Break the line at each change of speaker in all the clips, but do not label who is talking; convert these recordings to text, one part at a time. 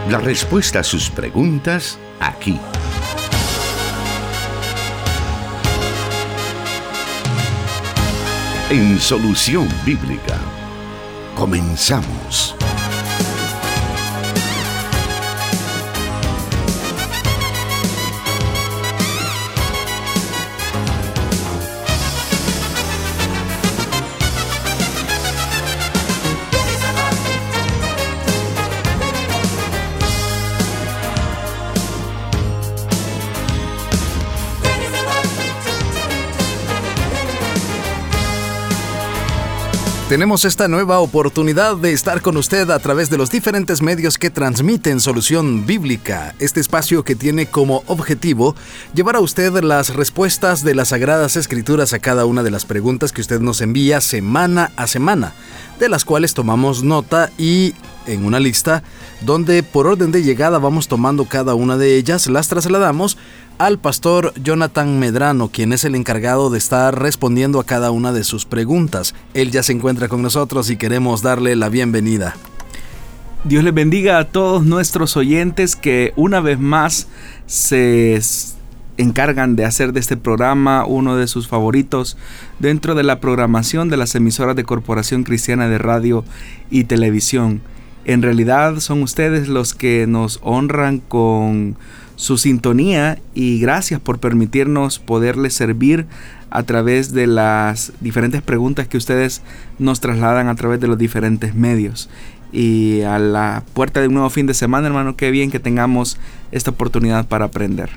La respuesta a sus preguntas, aquí. En Solución Bíblica. Comenzamos.
Tenemos esta nueva oportunidad de estar con usted a través de los diferentes medios que transmiten Solución Bíblica, este espacio que tiene como objetivo llevar a usted las respuestas de las Sagradas Escrituras a cada una de las preguntas que usted nos envía semana a semana, de las cuales tomamos nota y en una lista donde por orden de llegada vamos tomando cada una de ellas, las trasladamos al pastor Jonathan Medrano, quien es el encargado de estar respondiendo a cada una de sus preguntas. Él ya se encuentra con nosotros y queremos darle la bienvenida.
Dios les bendiga a todos nuestros oyentes que una vez más se encargan de hacer de este programa uno de sus favoritos dentro de la programación de las emisoras de Corporación Cristiana de Radio y Televisión. En realidad son ustedes los que nos honran con su sintonía y gracias por permitirnos poderles servir a través de las diferentes preguntas que ustedes nos trasladan a través de los diferentes medios. Y a la puerta de un nuevo fin de semana, hermano, qué bien que tengamos esta oportunidad para aprender.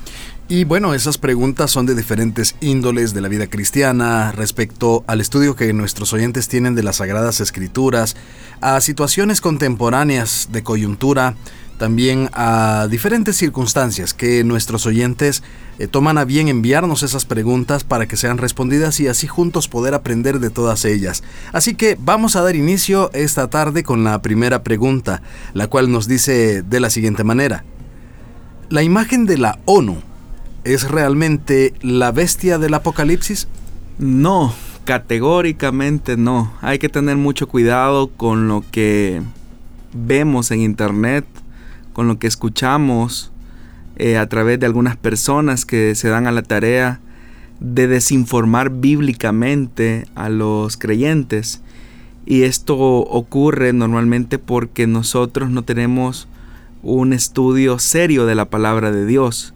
Y bueno, esas preguntas son de diferentes índoles de la vida cristiana, respecto al estudio que nuestros oyentes tienen de las Sagradas Escrituras, a situaciones contemporáneas de coyuntura, también a diferentes circunstancias que nuestros oyentes toman a bien enviarnos esas preguntas para que sean respondidas y así juntos poder aprender de todas ellas. Así que vamos a dar inicio esta tarde con la primera pregunta, la cual nos dice de la siguiente manera: ¿la imagen de la ONU es realmente la bestia del Apocalipsis?
No, categóricamente no. Hay que tener mucho cuidado con lo que vemos en internet, con lo que escuchamos a través de algunas personas que se dan a la tarea de desinformar bíblicamente a los creyentes. Y esto ocurre normalmente porque nosotros no tenemos un estudio serio de la palabra de Dios.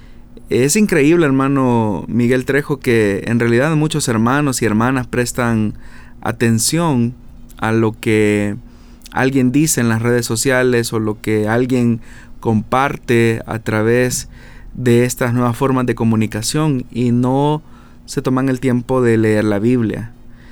Es increíble, hermano Miguel Trejo, que en realidad muchos hermanos y hermanas prestan atención a lo que alguien dice en las redes sociales o lo que alguien comparte a través de estas nuevas formas de comunicación y no se toman el tiempo de leer la Biblia.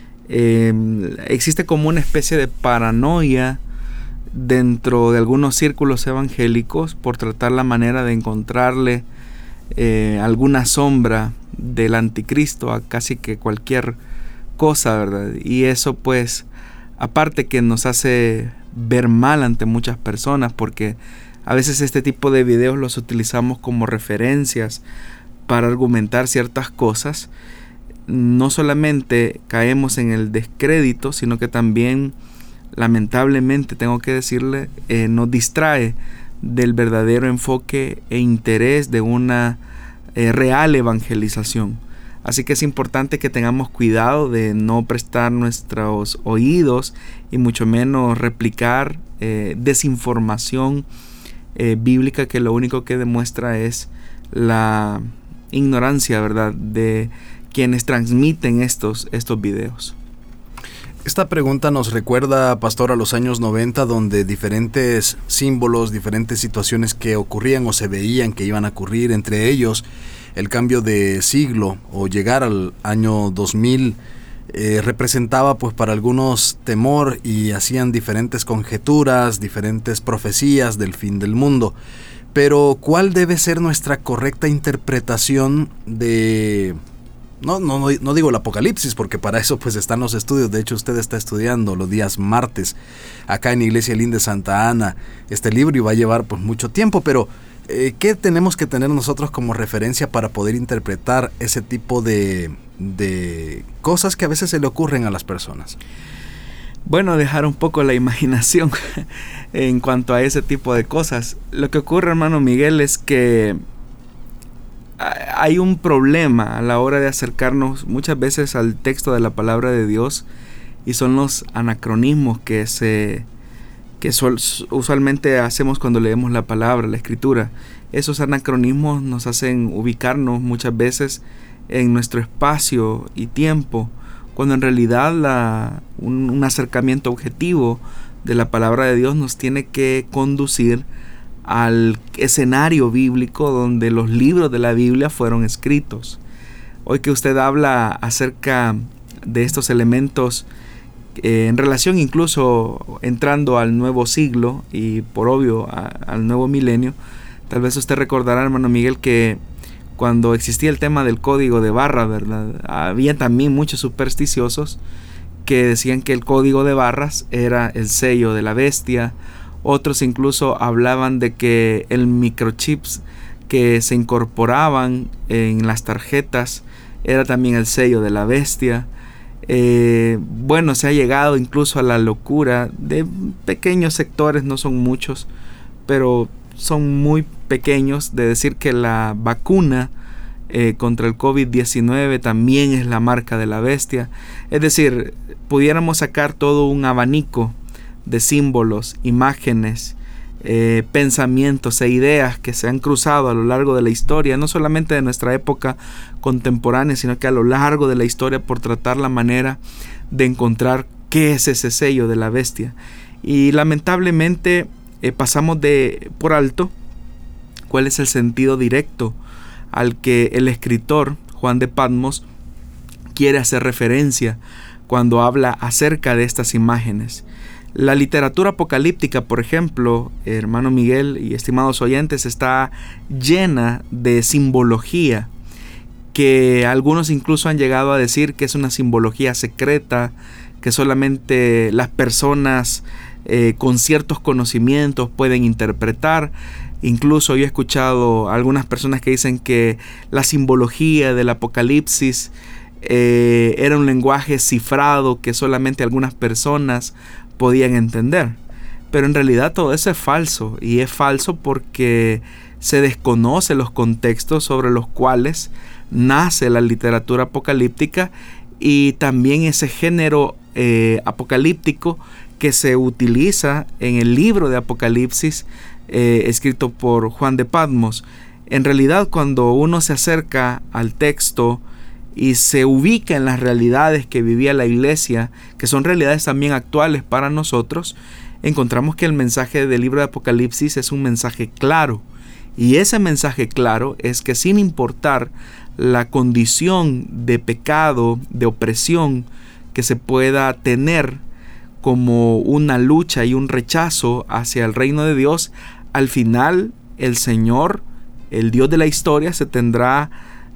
Existe como una especie de paranoia dentro de algunos círculos evangélicos por tratar la manera de encontrarle alguna sombra del anticristo a casi que cualquier cosa, ¿verdad? Y eso pues aparte que nos hace ver mal ante muchas personas, porque a veces este tipo de videos los utilizamos como referencias para argumentar ciertas cosas, no solamente caemos en el descrédito, sino que también, lamentablemente tengo que decirle, nos distrae del verdadero enfoque e interés de una real evangelización. Así que es importante que tengamos cuidado de no prestar nuestros oídos y mucho menos replicar desinformación bíblica que lo único que demuestra es la ignorancia, ¿verdad?, de quienes transmiten estos videos.
Esta pregunta nos recuerda, pastor, a los años 90, donde diferentes símbolos, diferentes situaciones que ocurrían o se veían que iban a ocurrir, entre ellos el cambio de siglo o llegar al año 2000, representaba pues para algunos temor y hacían diferentes conjeturas, diferentes profecías del fin del mundo. Pero ¿cuál debe ser nuestra correcta interpretación de... No digo el Apocalipsis, porque para eso pues están los estudios. De hecho, usted está estudiando los días martes acá en Iglesia Lin de Santa Ana este libro y va a llevar pues mucho tiempo, pero ¿qué tenemos que tener nosotros como referencia para poder interpretar ese tipo de cosas que a veces se le ocurren a las personas?
Bueno, dejar un poco la imaginación en cuanto a ese tipo de cosas. Lo que ocurre, hermano Miguel, es que hay un problema a la hora de acercarnos muchas veces al texto de la palabra de Dios, y son los anacronismos que usualmente hacemos cuando leemos la palabra, la escritura. Esos anacronismos nos hacen ubicarnos muchas veces en nuestro espacio y tiempo, cuando en realidad un acercamiento objetivo de la palabra de Dios nos tiene que conducir al escenario bíblico donde los libros de la Biblia fueron escritos. Hoy que usted habla acerca de estos elementos en relación incluso entrando al nuevo siglo y por obvio al nuevo milenio, tal vez usted recordará, hermano Miguel, que cuando existía el tema del código de barra, ¿verdad?, había también muchos supersticiosos que decían que el código de barras era el sello de la bestia. Otros incluso hablaban de que el microchips que se incorporaban en las tarjetas era también el sello de la bestia. Bueno, se ha llegado incluso a la locura de pequeños sectores, no son muchos, pero son muy pequeños, de decir que la vacuna contra el COVID-19 también es la marca de la bestia. Es decir, pudiéramos sacar todo un abanico de símbolos, imágenes, pensamientos e ideas que se han cruzado a lo largo de la historia, no solamente de nuestra época contemporánea, sino que a lo largo de la historia, por tratar la manera de encontrar qué es ese sello de la bestia. Y lamentablemente pasamos por alto cuál es el sentido directo al que el escritor Juan de Patmos quiere hacer referencia cuando habla acerca de estas imágenes. La literatura apocalíptica, por ejemplo, hermano Miguel y estimados oyentes, está llena de simbología, que algunos incluso han llegado a decir que es una simbología secreta, que solamente las personas con ciertos conocimientos pueden interpretar. Incluso yo he escuchado a algunas personas que dicen que la simbología del Apocalipsis era un lenguaje cifrado que solamente algunas personas podían entender. Pero en realidad todo eso es falso, y es falso porque se desconoce los contextos sobre los cuales nace la literatura apocalíptica, y también ese género apocalíptico que se utiliza en el libro de Apocalipsis escrito por Juan de Patmos. En realidad, cuando uno se acerca al texto y se ubica en las realidades que vivía la iglesia, que son realidades también actuales para nosotros, encontramos que el mensaje del libro de Apocalipsis es un mensaje claro. Y ese mensaje claro es que, sin importar la condición de pecado, de opresión que se pueda tener como una lucha y un rechazo hacia el reino de Dios, al final el Señor, el Dios de la historia, se tendrá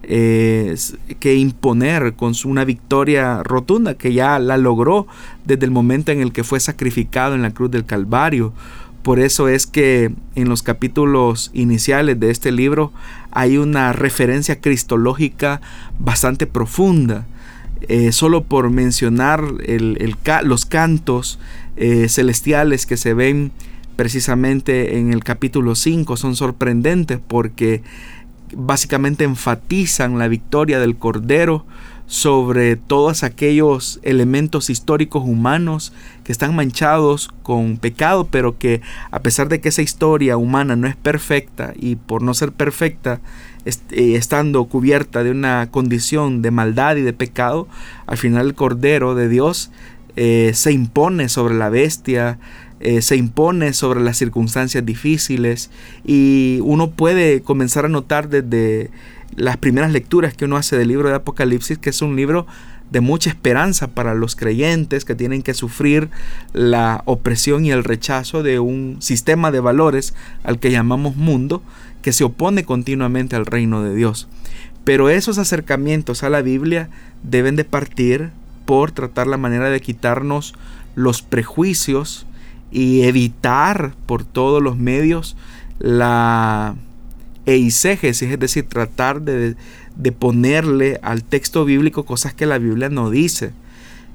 que imponer con una victoria rotunda que ya la logró desde el momento en el que fue sacrificado en la cruz del Calvario. Por eso es que en los capítulos iniciales de este libro hay una referencia cristológica bastante profunda. Solo por mencionar los cantos celestiales que se ven precisamente en el capítulo 5 son sorprendentes, porque básicamente enfatizan la victoria del Cordero sobre todos aquellos elementos históricos humanos que están manchados con pecado, pero que, a pesar de que esa historia humana no es perfecta, y por no ser perfecta, estando cubierta de una condición de maldad y de pecado, al final el Cordero de Dios se impone sobre la bestia, se impone sobre las circunstancias difíciles, y uno puede comenzar a notar desde las primeras lecturas que uno hace del libro de Apocalipsis que es un libro de mucha esperanza para los creyentes que tienen que sufrir la opresión y el rechazo de un sistema de valores al que llamamos mundo, que se opone continuamente al reino de Dios. Pero esos acercamientos a la Biblia deben de partir por tratar la manera de quitarnos los prejuicios y evitar por todos los medios la eisegesis, es decir, tratar de ponerle al texto bíblico cosas que la Biblia no dice.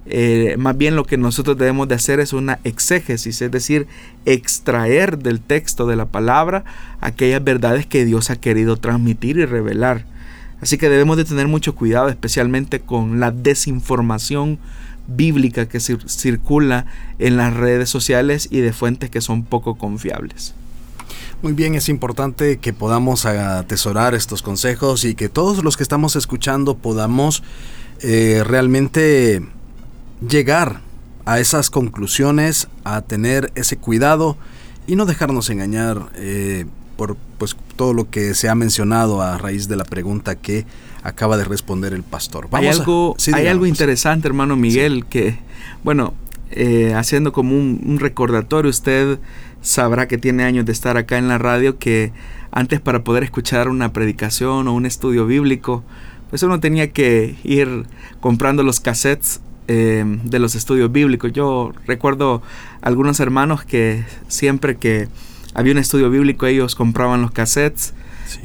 Más bien lo que nosotros debemos de hacer es una exégesis, es decir, extraer del texto de la palabra aquellas verdades que Dios ha querido transmitir y revelar. Así que debemos de tener mucho cuidado, especialmente con la desinformación bíblica que circula en las redes sociales y de fuentes que son poco confiables.
Muy bien, es importante que podamos atesorar estos consejos y que todos los que estamos escuchando podamos realmente llegar a esas conclusiones, a tener ese cuidado y no dejarnos engañar por pues todo lo que se ha mencionado a raíz de la pregunta que acaba de responder el pastor.
Hay algo interesante, hermano Miguel, sí, que, bueno, haciendo como un recordatorio, usted sabrá que tiene años de estar acá en la radio, que antes para poder escuchar una predicación o un estudio bíblico, pues uno tenía que ir comprando los cassettes de los estudios bíblicos. Yo recuerdo algunos hermanos que siempre que había un estudio bíblico ellos compraban los cassettes. Sí.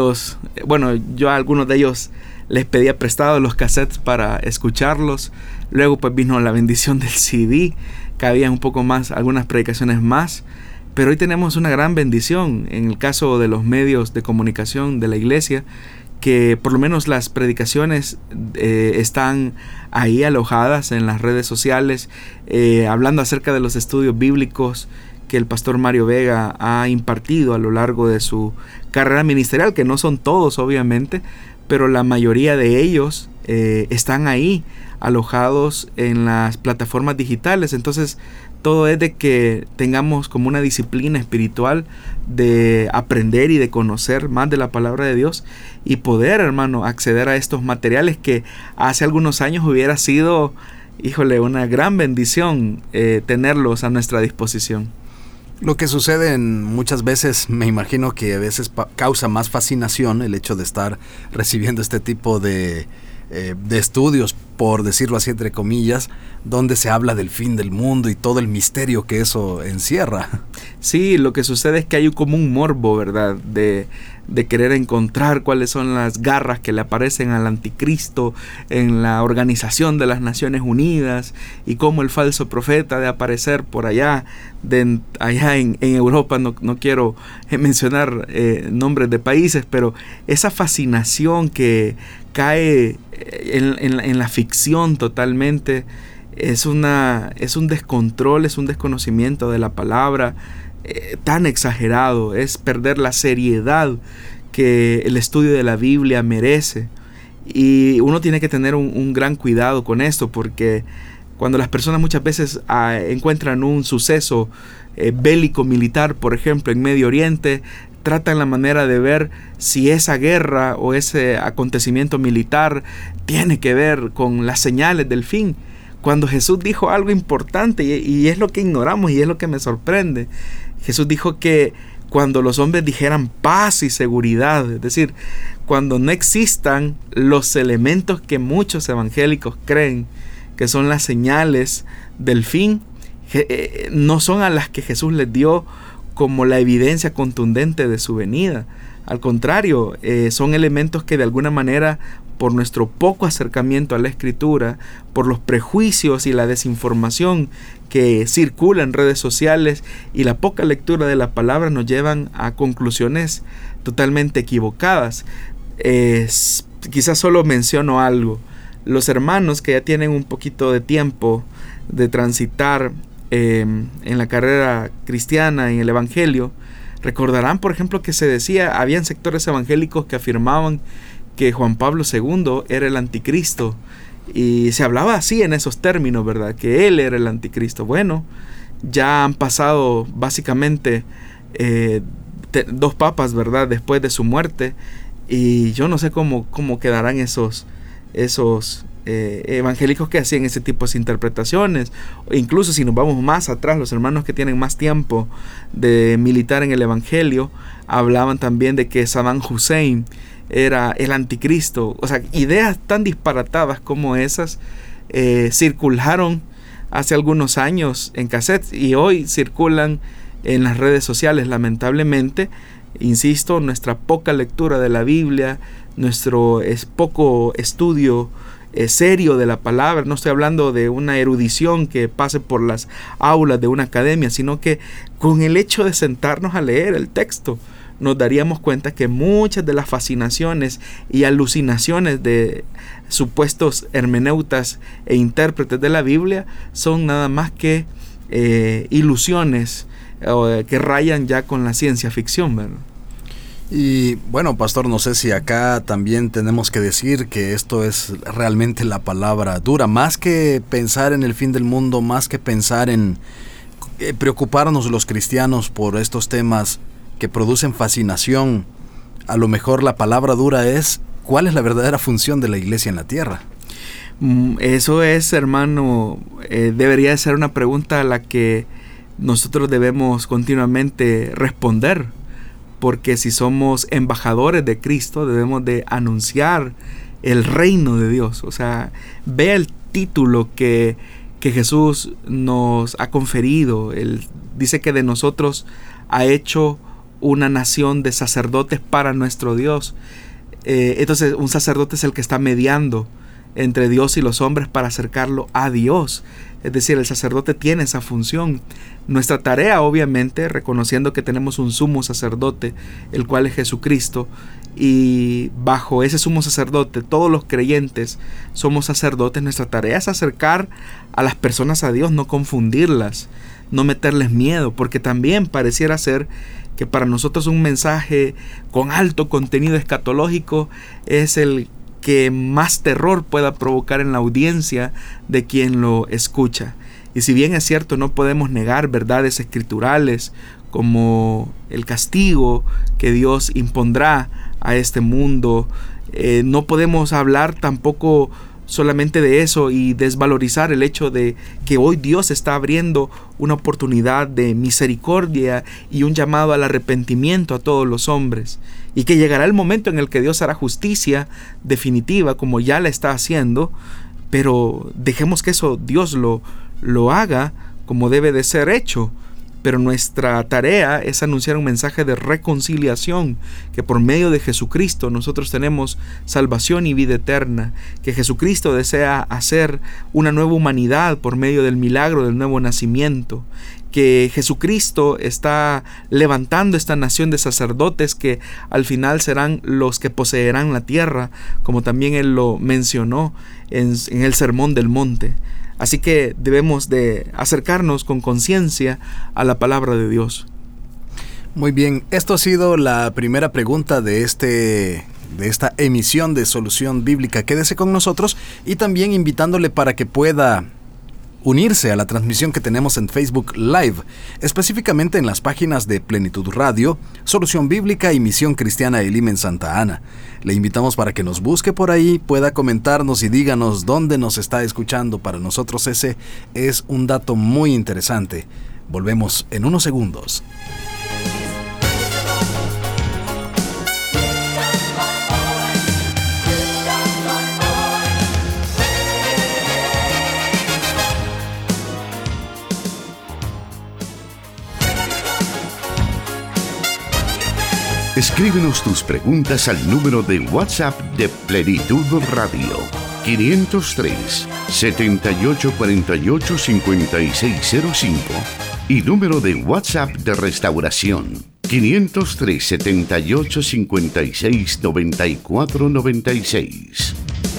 Yo a algunos de ellos les pedía prestado los cassettes para escucharlos. Luego pues vino la bendición del CD, que había un poco más, algunas predicaciones más. Pero hoy tenemos una gran bendición en el caso de los medios de comunicación de la iglesia, que por lo menos las predicaciones están ahí alojadas en las redes sociales, hablando acerca de los estudios bíblicos que el pastor Mario Vega ha impartido a lo largo de su carrera ministerial, que no son todos obviamente, pero la mayoría de ellos están ahí alojados en las plataformas digitales. Entonces todo es de que tengamos como una disciplina espiritual de aprender y de conocer más de la palabra de Dios y poder, hermano, acceder a estos materiales que hace algunos años hubiera sido, una gran bendición tenerlos a nuestra disposición.
Lo que sucede muchas veces, me imagino que a veces causa más fascinación el hecho de estar recibiendo este tipo de estudios, por decirlo así entre comillas, donde se habla del fin del mundo y todo el misterio que eso encierra.
Sí, lo que sucede es que hay como un morbo, ¿verdad? De querer encontrar cuáles son las garras que le aparecen al anticristo en la Organización de las Naciones Unidas y cómo el falso profeta de aparecer por allá, en Europa. No quiero mencionar nombres de países, pero esa fascinación que cae en la ficción totalmente es un descontrol, es un desconocimiento de la palabra tan exagerado, es perder la seriedad que el estudio de la Biblia merece. Y uno tiene que tener un gran cuidado con esto, porque cuando las personas muchas veces encuentran un suceso bélico militar, por ejemplo, en Medio Oriente, tratan la manera de ver si esa guerra o ese acontecimiento militar tiene que ver con las señales del fin, cuando Jesús dijo algo importante, y es lo que ignoramos y es lo que me sorprende. Jesús dijo que cuando los hombres dijeran paz y seguridad, es decir, cuando no existan los elementos que muchos evangélicos creen que son las señales del fin, no son a las que Jesús les dio como la evidencia contundente de su venida. Al contrario, son elementos que de alguna manera, por nuestro poco acercamiento a la Escritura, por los prejuicios y la desinformación que circula en redes sociales y la poca lectura de la palabra, nos llevan a conclusiones totalmente equivocadas. Quizás solo menciono algo. Los hermanos que ya tienen un poquito de tiempo de transitar en la carrera cristiana, en el evangelio, recordarán, por ejemplo, que se decía, habían sectores evangélicos que afirmaban que Juan Pablo II era el anticristo, y se hablaba así en esos términos, ¿verdad? Que él era el anticristo. Bueno, ya han pasado básicamente 2 papas, ¿verdad? Después de su muerte, y yo no sé cómo quedarán esos evangélicos que hacían ese tipo de interpretaciones. Incluso si nos vamos más atrás, los hermanos que tienen más tiempo de militar en el evangelio hablaban también de que Saddam Hussein era el anticristo. O sea, ideas tan disparatadas como esas circularon hace algunos años en cassettes y hoy circulan en las redes sociales. Lamentablemente, insisto, nuestra poca lectura de la Biblia, nuestro poco estudio serio de la palabra. No estoy hablando de una erudición que pase por las aulas de una academia, sino que con el hecho de sentarnos a leer el texto, nos daríamos cuenta que muchas de las fascinaciones y alucinaciones de supuestos hermeneutas e intérpretes de la Biblia son nada más que ilusiones que rayan ya con la ciencia ficción, ¿verdad?
Y bueno, pastor, no sé si acá también tenemos que decir que esto es realmente la palabra dura, más que pensar en el fin del mundo, más que pensar en preocuparnos los cristianos por estos temas que producen fascinación. A lo mejor la palabra dura es: ¿cuál es la verdadera función de la iglesia en la tierra?
Eso es, hermano, debería ser una pregunta a la que nosotros debemos continuamente responder, porque si somos embajadores de Cristo, debemos de anunciar el reino de Dios. O sea, ve el título que Jesús nos ha conferido. Él dice que de nosotros ha hecho una nación de sacerdotes para nuestro Dios. Entonces, un sacerdote es el que está mediando entre Dios y los hombres para acercarlo a Dios. Es decir, el sacerdote tiene esa función. Nuestra tarea, obviamente, reconociendo que tenemos un sumo sacerdote, el cual es Jesucristo, y bajo ese sumo sacerdote todos los creyentes somos sacerdotes. Nuestra tarea es acercar a las personas a Dios, no confundirlas, no meterles miedo, porque también pareciera ser que para nosotros un mensaje con alto contenido escatológico es el que más terror pueda provocar en la audiencia de quien lo escucha. Y si bien es cierto, no podemos negar verdades escriturales como el castigo que Dios impondrá a este mundo, no podemos hablar tampoco solamente de eso y desvalorizar el hecho de que hoy Dios está abriendo una oportunidad de misericordia y un llamado al arrepentimiento a todos los hombres, y que llegará el momento en el que Dios hará justicia definitiva, como ya la está haciendo, pero dejemos que eso Dios lo haga como debe de ser hecho. Pero nuestra tarea es anunciar un mensaje de reconciliación, que por medio de Jesucristo nosotros tenemos salvación y vida eterna, que Jesucristo desea hacer una nueva humanidad por medio del milagro del nuevo nacimiento, que Jesucristo está levantando esta nación de sacerdotes que al final serán los que poseerán la tierra, como también Él lo mencionó en el Sermón del Monte. Así que debemos de acercarnos con conciencia a la palabra de Dios.
Muy bien, esto ha sido la primera pregunta de esta emisión de Solución Bíblica. Quédese con nosotros y también invitándole para que pueda unirse a la transmisión que tenemos en Facebook Live, específicamente en las páginas de Plenitud Radio, Solución Bíblica y Misión Cristiana Elim en Santa Ana. Le invitamos para que nos busque por ahí, pueda comentarnos y díganos dónde nos está escuchando. Para nosotros ese es un dato muy interesante. Volvemos en unos segundos.
Escríbenos tus preguntas al número de WhatsApp de Plenitud Radio, 503-7848-5605, y número de WhatsApp de Restauración, 503-7856-9496.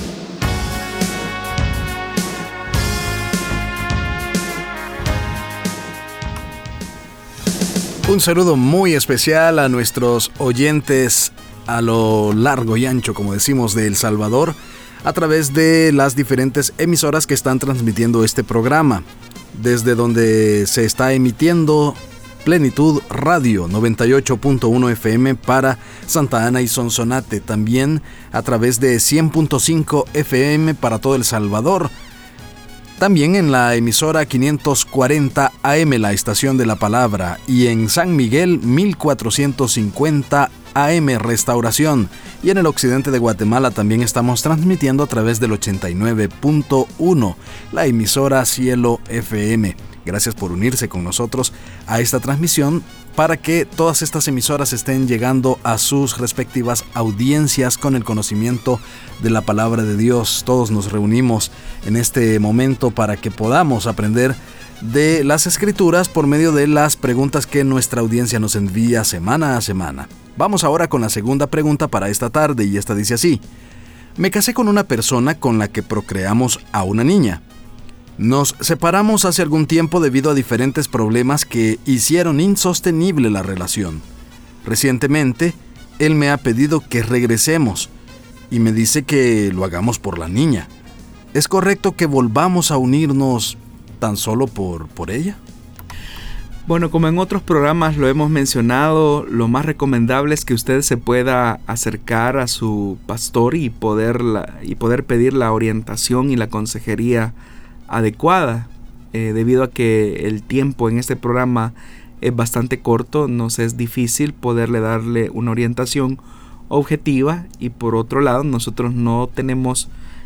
Un saludo muy especial a nuestros oyentes a lo largo y ancho, como decimos, de El Salvador, a través de las diferentes emisoras que están transmitiendo este programa, desde donde se está emitiendo Plenitud Radio 98.1 FM para Santa Ana y Sonsonate, también a través de 100.5 FM para todo El Salvador. También en la emisora 540 AM, la Estación de la Palabra, y en San Miguel 1450 AM, Restauración. Y en el occidente de Guatemala también estamos transmitiendo a través del 89.1, la emisora Cielo FM. Gracias por unirse con nosotros a esta transmisión para que todas estas emisoras estén llegando a sus respectivas audiencias con el conocimiento de la palabra de Dios. Todos nos reunimos en este momento para que podamos aprender de las Escrituras por medio de las preguntas que nuestra audiencia nos envía semana a semana. Vamos ahora con la segunda pregunta para esta tarde, y esta dice así: me casé con una persona con la que procreamos a una niña. Nos separamos hace algún tiempo debido a diferentes problemas que hicieron insostenible la relación. Recientemente, él me ha pedido que regresemos y me dice que lo hagamos por la niña. ¿Es correcto que volvamos a unirnos tan solo por ella?
Bueno, como en otros programas lo hemos mencionado, lo más recomendable es que usted se pueda acercar a su pastor y poder pedir la orientación y la consejería adecuada, debido a que el tiempo en este programa es bastante corto. Nos es difícil poderle darle una orientación objetiva, y por otro lado nosotros no tenemos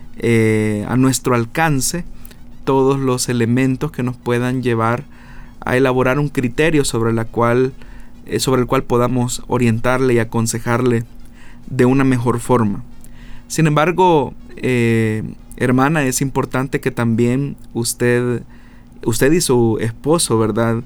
a nuestro alcance todos los elementos que nos puedan llevar a elaborar un criterio sobre el cual podamos orientarle y aconsejarle de una mejor forma. Sin embargo, hermana, es importante que también usted y su esposo, ¿verdad?,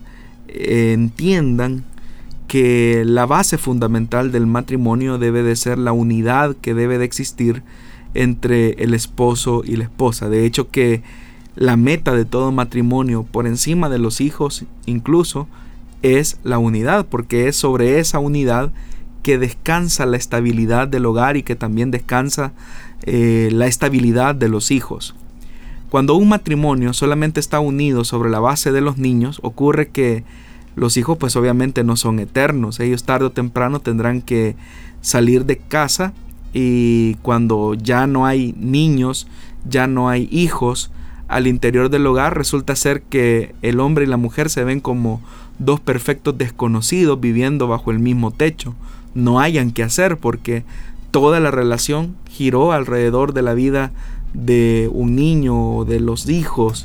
entiendan que la base fundamental del matrimonio debe de ser la unidad que debe de existir entre el esposo y la esposa. De hecho, que la meta de todo matrimonio, por encima de los hijos incluso, es la unidad, porque es sobre esa unidad que descansa la estabilidad del hogar y que también descansa la estabilidad de los hijos. Cuando un matrimonio solamente está unido sobre la base de los niños, ocurre que los hijos pues obviamente no son eternos. Ellos tarde o temprano tendrán que salir de casa, y cuando ya no hay niños, ya no hay hijos al interior del hogar, resulta ser que el hombre y la mujer se ven como dos perfectos desconocidos viviendo bajo el mismo techo. No hayan qué hacer, porque toda la relación giró alrededor de la vida de un niño o de los hijos,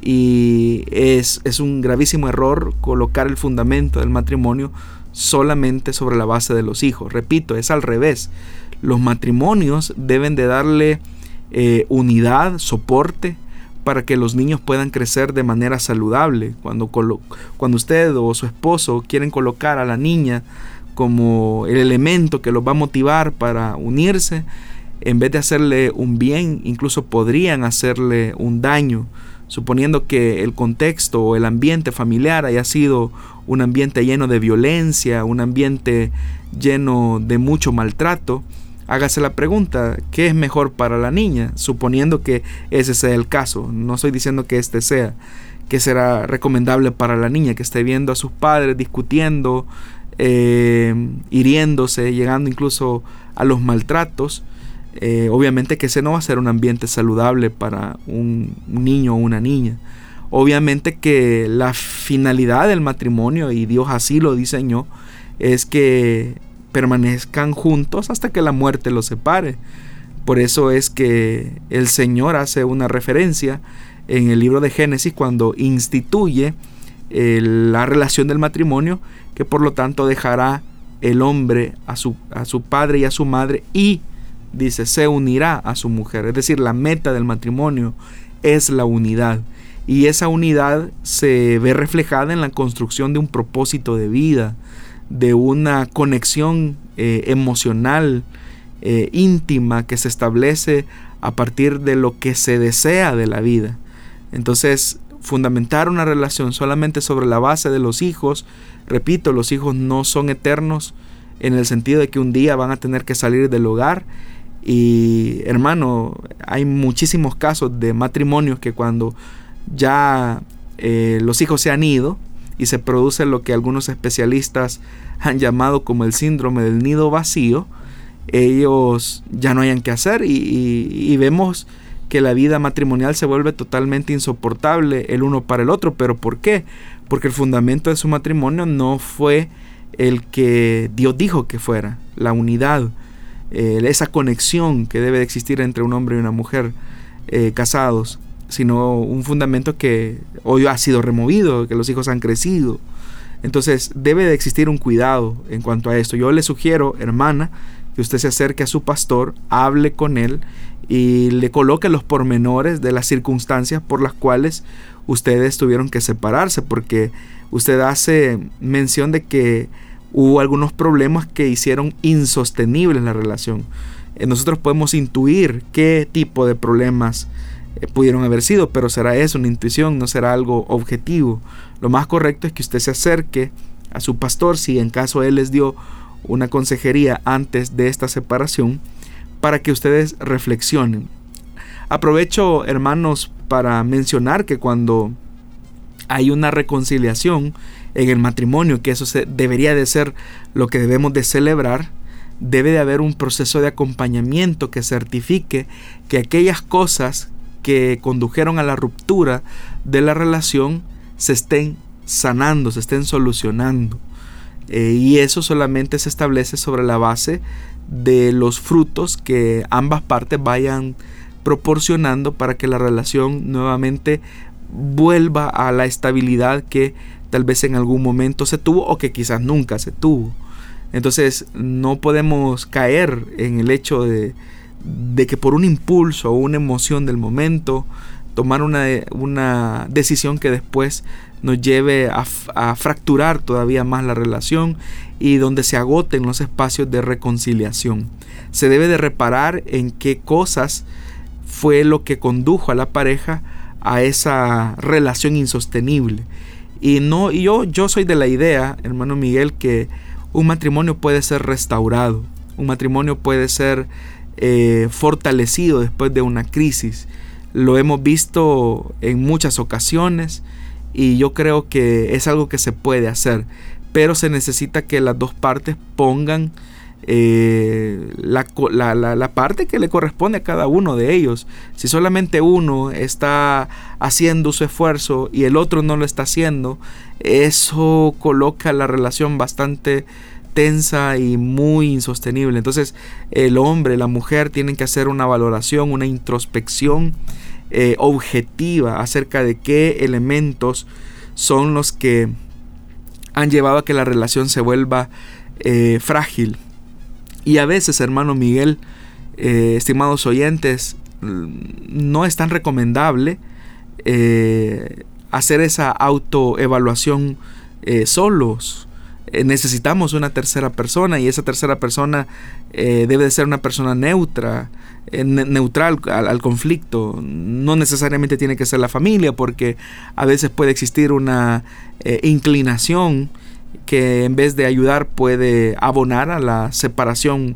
y es un gravísimo error colocar el fundamento del matrimonio solamente sobre la base de los hijos. Repito, es al revés. Los matrimonios deben de darle unidad, soporte, para que los niños puedan crecer de manera saludable. Cuando usted o su esposo quieren colocar a la niña como el elemento que los va a motivar para unirse, en vez de hacerle un bien, incluso podrían hacerle un daño, suponiendo que el contexto o el ambiente familiar haya sido un ambiente lleno de violencia, un ambiente lleno de mucho maltrato. Hágase la pregunta: ¿qué es mejor para la niña? Suponiendo que ese sea el caso. No estoy diciendo que este sea. ¿Qué será recomendable para la niña? Que esté viendo a sus padres discutiendo, hiriéndose, llegando incluso a los maltratos. Obviamente que ese no va a ser un ambiente saludable para un niño o una niña. Obviamente que la finalidad del matrimonio, y Dios así lo diseñó, es que permanezcan juntos hasta que la muerte los separe. Por eso es que el Señor hace una referencia en el libro de Génesis cuando instituye la relación del matrimonio, que por lo tanto dejará el hombre a su padre y a su madre, y dice, se unirá a su mujer. Es decir, la meta del matrimonio es la unidad, y esa unidad se ve reflejada en la construcción de un propósito de vida, de una conexión emocional, íntima, que se establece a partir de lo que se desea de la vida. Entonces, fundamentar una relación solamente sobre la base de los hijos, repito, los hijos no son eternos en el sentido de que un día van a tener que salir del hogar. Y hermano, hay muchísimos casos de matrimonios que cuando ya los hijos se han ido y se produce lo que algunos especialistas han llamado como el síndrome del nido vacío, ellos ya no hayan qué hacer, y vemos que la vida matrimonial se vuelve totalmente insoportable el uno para el otro. ¿Pero por qué? Porque el fundamento de su matrimonio no fue el que Dios dijo que fuera, la unidad, esa conexión que debe de existir entre un hombre y una mujer casados, sino un fundamento que hoy ha sido removido, que los hijos han crecido. Entonces debe de existir un cuidado en cuanto a esto. Yo le sugiero, hermana, que usted se acerque a su pastor, hable con él y le coloque los pormenores de las circunstancias por las cuales ustedes tuvieron que separarse, porque usted hace mención de que hubo algunos problemas que hicieron insostenible la relación. Nosotros podemos intuir qué tipo de problemas pudieron haber sido, pero será eso, una intuición, no será algo objetivo. Lo más correcto es que usted se acerque a su pastor, si en caso él les dio una consejería antes de esta separación, para que ustedes reflexionen. Aprovecho, hermanos, para mencionar que cuando hay una reconciliación en el matrimonio, que eso debería de ser lo que debemos de celebrar, debe de haber un proceso de acompañamiento que certifique que aquellas cosas que condujeron a la ruptura de la relación se estén sanando, se estén solucionando. Y eso solamente se establece sobre la base de los frutos que ambas partes vayan proporcionando para que la relación nuevamente vuelva a la estabilidad que tal vez en algún momento se tuvo o que quizás nunca se tuvo. Entonces no podemos caer en el hecho de que por un impulso o una emoción del momento tomar una decisión que después nos lleve a fracturar todavía más la relación y donde se agoten los espacios de reconciliación. Se debe de reparar en qué cosas fue lo que condujo a la pareja a esa relación insostenible. Y yo soy de la idea, hermano Miguel, que un matrimonio puede ser restaurado, un matrimonio puede ser fortalecido después de una crisis. Lo hemos visto en muchas ocasiones y yo creo que es algo que se puede hacer, pero se necesita que las dos partes pongan la parte que le corresponde a cada uno de ellos. Si solamente uno está haciendo su esfuerzo y el otro no lo está haciendo, eso coloca la relación bastante tensa y muy insostenible. Entonces el hombre, la mujer tienen que hacer una valoración, una introspección objetiva acerca de qué elementos son los que han llevado a que la relación se vuelva frágil. Y a veces, hermano Miguel, estimados oyentes, no es tan recomendable hacer esa autoevaluación solos. Necesitamos una tercera persona y esa tercera persona debe de ser una persona neutral al conflicto. No necesariamente tiene que ser la familia, porque a veces puede existir una inclinación que en vez de ayudar puede abonar a la separación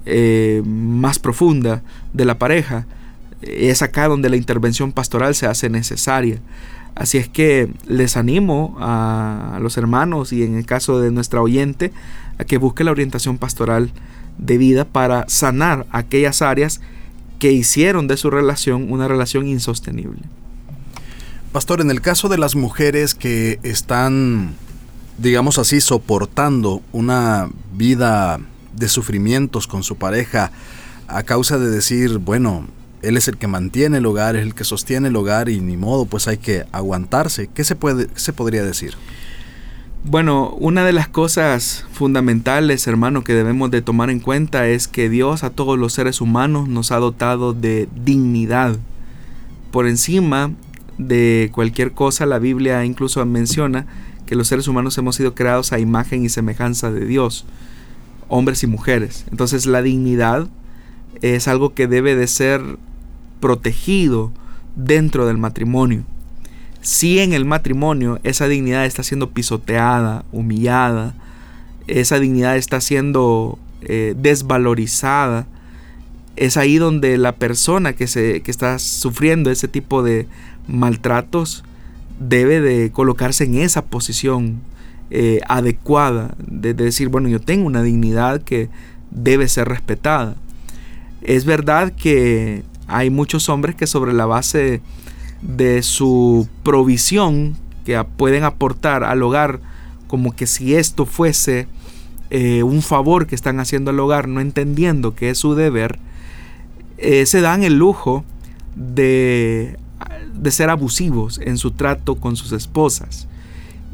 más profunda de la pareja. Es acá donde la intervención pastoral se hace necesaria. Así es que les animo a los hermanos y en el caso de nuestra oyente a que busque la orientación pastoral debida para sanar aquellas áreas que hicieron de su relación una relación insostenible.
Pastor, en el caso de las mujeres que están, digamos así, soportando una vida de sufrimientos con su pareja a causa de decir, bueno, él es el que mantiene el hogar, es el que sostiene el hogar y ni modo, pues hay que aguantarse. ¿Qué se podría decir?
Bueno, una de las cosas fundamentales, hermano, que debemos de tomar en cuenta es que Dios a todos los seres humanos nos ha dotado de dignidad. Por encima de cualquier cosa, la Biblia incluso menciona que los seres humanos hemos sido creados a imagen y semejanza de Dios, hombres y mujeres. Entonces la dignidad es algo que debe de ser protegido dentro del matrimonio. Si en el matrimonio esa dignidad está siendo pisoteada, humillada, esa dignidad está siendo desvalorizada, es ahí donde la persona que está sufriendo ese tipo de maltratos debe de colocarse en esa posición adecuada, de decir, bueno, yo tengo una dignidad que debe ser respetada. Es verdad que hay muchos hombres que sobre la base de su provisión que pueden aportar al hogar, como que si esto fuese un favor que están haciendo al hogar, no entendiendo que es su deber, se dan el lujo de ser abusivos en su trato con sus esposas.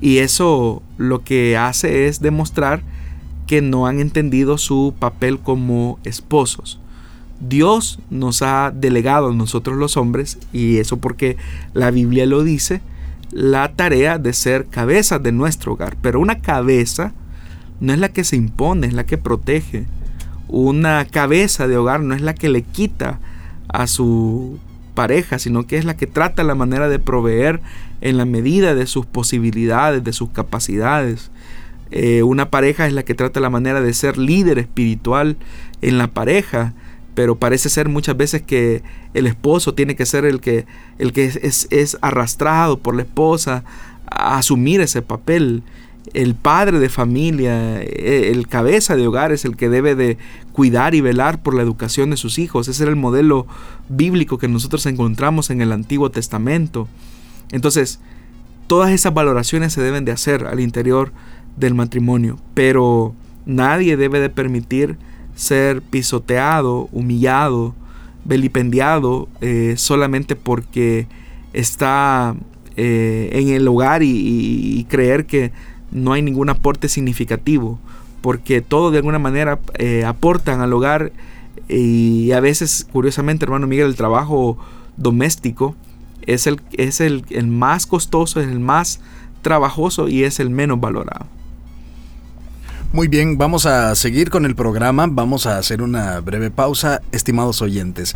Y eso lo que hace es demostrar que no han entendido su papel como esposos. Dios nos ha delegado a nosotros los hombres, y eso porque la Biblia lo dice, la tarea de ser cabezas de nuestro hogar. Pero una cabeza no es la que se impone, es la que protege. Una cabeza de hogar no es la que le quita a su pareja, sino que es la que trata la manera de proveer en la medida de sus posibilidades, de sus capacidades. Una pareja es la que trata la manera de ser líder espiritual en la pareja, pero parece ser muchas veces que el esposo tiene que ser el que es arrastrado por la esposa a asumir ese papel. El padre de familia, el cabeza de hogar, es el que debe de cuidar y velar por la educación de sus hijos. Ese era el modelo bíblico que nosotros encontramos en el Antiguo Testamento. Entonces, todas esas valoraciones se deben de hacer al interior del matrimonio, pero nadie debe de permitir ser pisoteado, humillado, vilipendiado solamente porque está en el hogar y creer que no hay ningún aporte significativo, porque todo de alguna manera aportan al hogar, y a veces, curiosamente, hermano Miguel, el trabajo doméstico es el más costoso, es el más trabajoso y es el menos valorado.
Muy bien, vamos a seguir con el programa, vamos a hacer una breve pausa, estimados oyentes.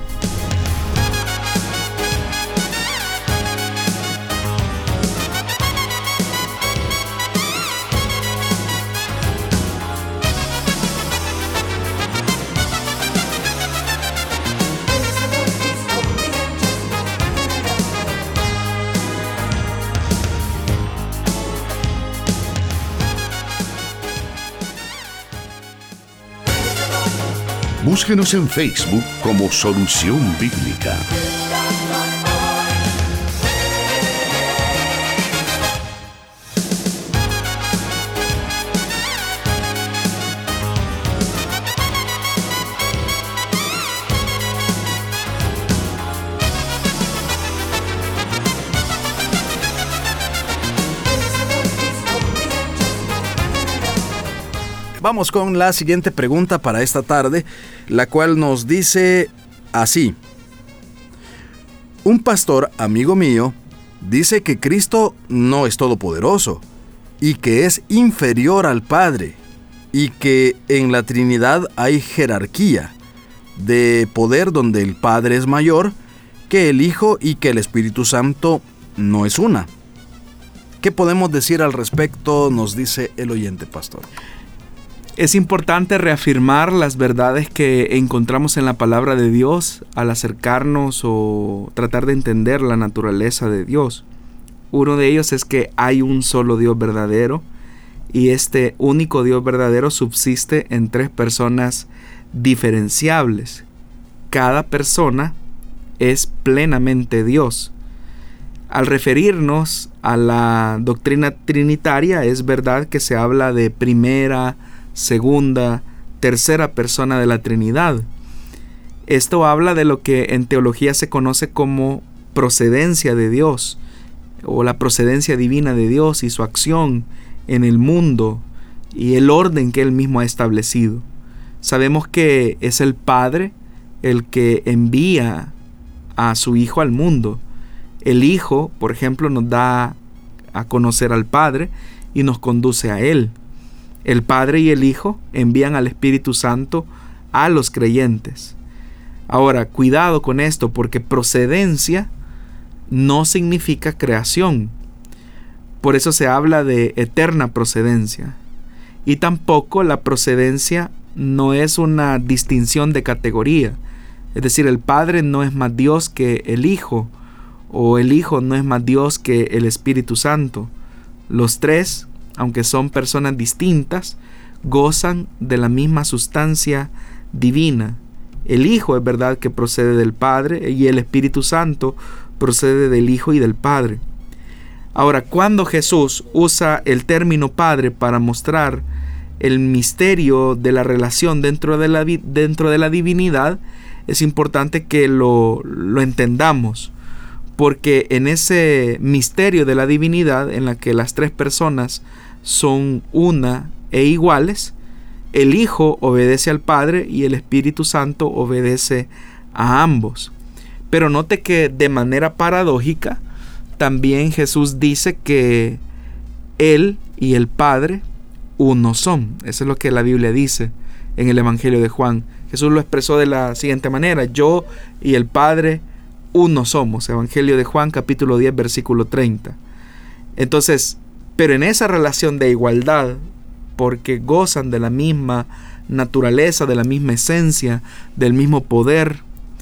Búsquenos en Facebook como Solución Bíblica.
Vamos con la siguiente pregunta para esta tarde, la cual nos dice así: un pastor amigo mío dice que Cristo no es todopoderoso y que es inferior al Padre, y que en la Trinidad hay jerarquía de poder donde el Padre es mayor que el Hijo y que el Espíritu Santo no es una. ¿Qué podemos decir al respecto?, nos dice el oyente, pastor.
Es importante reafirmar las verdades que encontramos en la palabra de Dios al acercarnos o tratar de entender la naturaleza de Dios. Uno de ellos es que hay un solo Dios verdadero, y este único Dios verdadero subsiste en tres personas diferenciables. Cada persona es plenamente Dios. Al referirnos a la doctrina trinitaria, es verdad que se habla de primera, segunda, tercera persona de la Trinidad. Esto habla de lo que en teología se conoce como procedencia de Dios, o la procedencia divina de Dios y su acción en el mundo y el orden que Él mismo ha establecido. Sabemos que es el Padre el que envía a su Hijo al mundo. El Hijo, por ejemplo, nos da a conocer al Padre y nos conduce a Él. El Padre y el Hijo envían al Espíritu Santo a los creyentes. Ahora, cuidado con esto, porque procedencia no significa creación. Por eso se habla de eterna procedencia. Y tampoco la procedencia no es una distinción de categoría. Es decir, el Padre no es más Dios que el Hijo, o el Hijo no es más Dios que el Espíritu Santo. Los tres, aunque son personas distintas, gozan de la misma sustancia divina. El Hijo es verdad que procede del Padre, y el Espíritu Santo procede del Hijo y del Padre. Ahora, cuando Jesús usa el término Padre para mostrar el misterio de la relación dentro de la divinidad, es importante que lo entendamos, porque en ese misterio de la divinidad, en la que las tres personas son una e iguales, el Hijo obedece al Padre y el Espíritu Santo obedece a ambos. Pero note que de manera paradójica, también Jesús dice que Él y el Padre uno son. Eso es lo que la Biblia dice en el Evangelio de Juan. Jesús lo expresó de la siguiente manera: yo y el Padre uno somos. Evangelio de Juan, capítulo 10, versículo 30. Entonces, pero en esa relación de igualdad, porque gozan de la misma naturaleza, de la misma esencia, del mismo poder,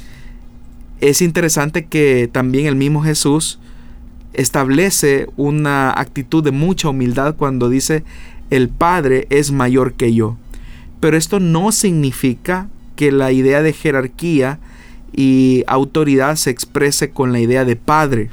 es interesante que también el mismo Jesús establece una actitud de mucha humildad cuando dice: el Padre es mayor que yo. Pero esto no significa que la idea de jerarquía y autoridad se exprese con la idea de Padre.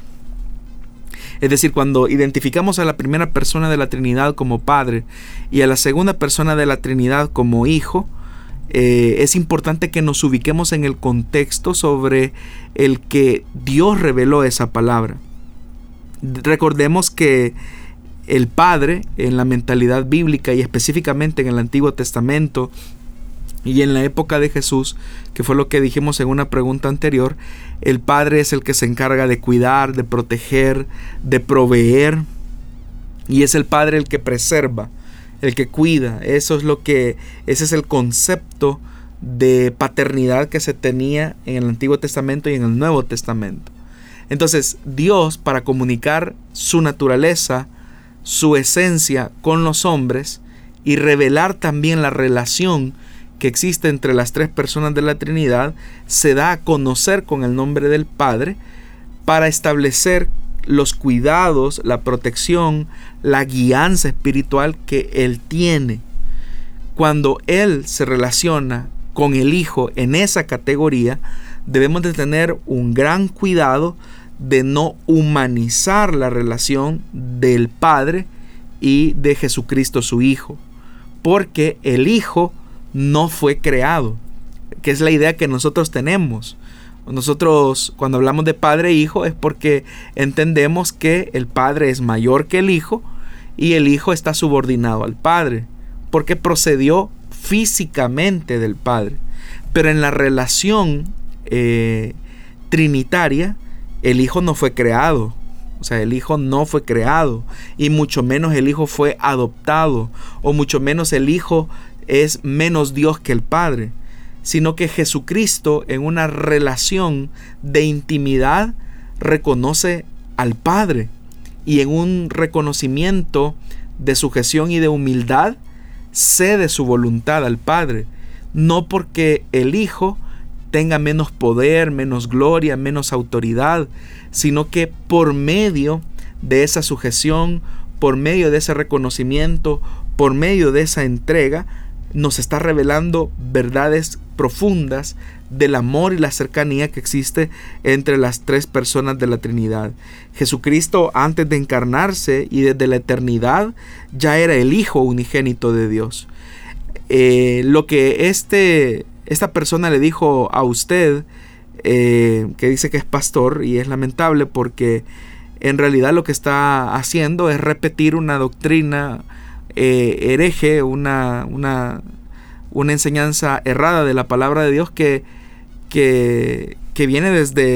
Es decir, cuando identificamos a la primera persona de la Trinidad como Padre y a la segunda persona de la Trinidad como Hijo, es importante que nos ubiquemos en el contexto sobre el que Dios reveló esa palabra. Recordemos que el Padre, en la mentalidad bíblica y específicamente en el Antiguo Testamento y en la época de Jesús, que fue lo que dijimos en una pregunta anterior, el Padre es el que se encarga de cuidar, de proteger, de proveer, y es el Padre el que preserva, el que cuida. Ese es el concepto de paternidad que se tenía en el Antiguo Testamento y en el Nuevo Testamento. Entonces, Dios, para comunicar su naturaleza, su esencia con los hombres y revelar también la relación que existe entre las tres personas de la Trinidad, se da a conocer con el nombre del Padre para establecer los cuidados, la protección, la guianza espiritual que Él tiene. Cuando Él se relaciona con el Hijo en esa categoría, debemos de tener un gran cuidado de no humanizar la relación del Padre y de Jesucristo su Hijo, porque el Hijo no fue creado, que es la idea que nosotros tenemos. Nosotros, cuando hablamos de Padre e Hijo, es porque entendemos que el Padre es mayor que el Hijo y el Hijo está subordinado al Padre, porque procedió físicamente del Padre. Pero en la relación trinitaria, el Hijo no fue creado. O sea, el Hijo no fue creado, y mucho menos el Hijo fue adoptado, o mucho menos el Hijo es menos Dios que el Padre, sino que Jesucristo, en una relación de intimidad, reconoce al Padre, y en un reconocimiento de sujeción y de humildad cede su voluntad al Padre, no porque el Hijo tenga menos poder, menos gloria, menos autoridad, sino que por medio de esa sujeción, por medio de ese reconocimiento, por medio de esa entrega, nos está revelando verdades profundas del amor y la cercanía que existe entre las tres personas de la Trinidad. Jesucristo, antes de encarnarse y desde la eternidad, ya era el Hijo unigénito de Dios. Lo que esta persona le dijo a usted, que dice que es pastor, y es lamentable porque en realidad lo que está haciendo es repetir una doctrina hereje, una enseñanza errada de la palabra de Dios que viene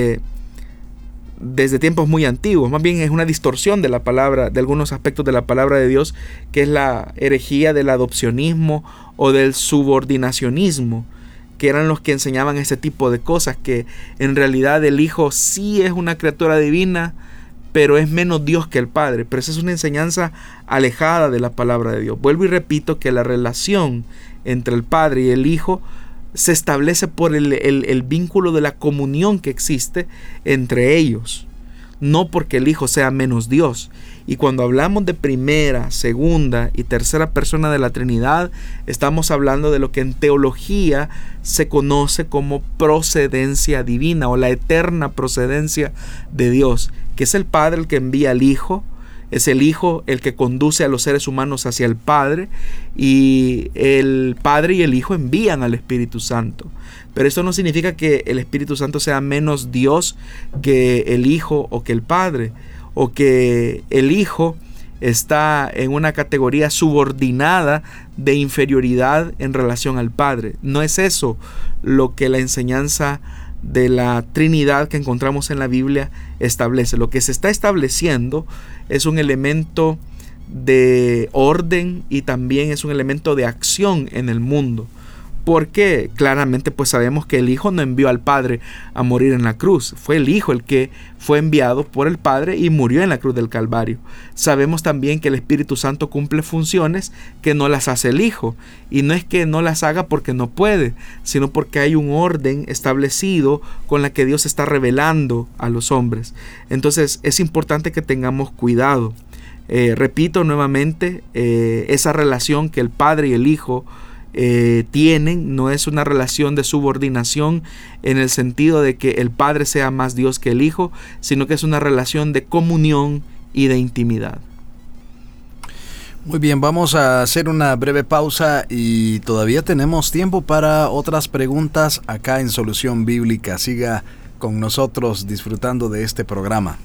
desde tiempos muy antiguos. Más bien es una distorsión de la palabra, de algunos aspectos de la palabra de Dios, que es la herejía del adopcionismo o del subordinacionismo, que eran los que enseñaban este tipo de cosas, que en realidad el Hijo sí es una criatura divina, pero es menos Dios que el Padre. Pero esa es una enseñanza alejada de la palabra de Dios. Vuelvo y repito que la relación entre el Padre y el Hijo se establece por el vínculo de la comunión que existe entre ellos, no porque el Hijo sea menos Dios. Y cuando hablamos de primera, segunda y tercera persona de la Trinidad, estamos hablando de lo que en teología se conoce como procedencia divina, o la eterna procedencia de Dios, que es el Padre el que envía al Hijo, Es el Hijo el que conduce a los seres humanos hacia el Padre, y el Padre y el Hijo envían al Espíritu Santo. Pero esto no significa que el Espíritu Santo sea menos Dios que el Hijo o que el Padre, o que el Hijo está en una categoría subordinada de inferioridad en relación al Padre. No es eso lo que la enseñanza de la Trinidad que encontramos en la Biblia establece. Lo que se está estableciendo es un elemento de orden y también es un elemento de acción en el mundo. Porque claramente pues sabemos que el Hijo no envió al Padre a morir en la cruz. Fue el Hijo el que fue enviado por el Padre y murió en la cruz del Calvario. Sabemos también que el Espíritu Santo cumple funciones que no las hace el Hijo. Y no es que no las haga porque no puede, sino porque hay un orden establecido con la que Dios está revelando a los hombres. Entonces es importante que tengamos cuidado. Repito nuevamente, esa relación que el Padre y el Hijo tienen no es una relación de subordinación en el sentido de que el Padre sea más Dios que el Hijo, sino que es una relación de comunión y de intimidad.
Muy bien, vamos a hacer una breve pausa y todavía tenemos tiempo para otras preguntas acá en Solución Bíblica. Siga con nosotros disfrutando de este programa.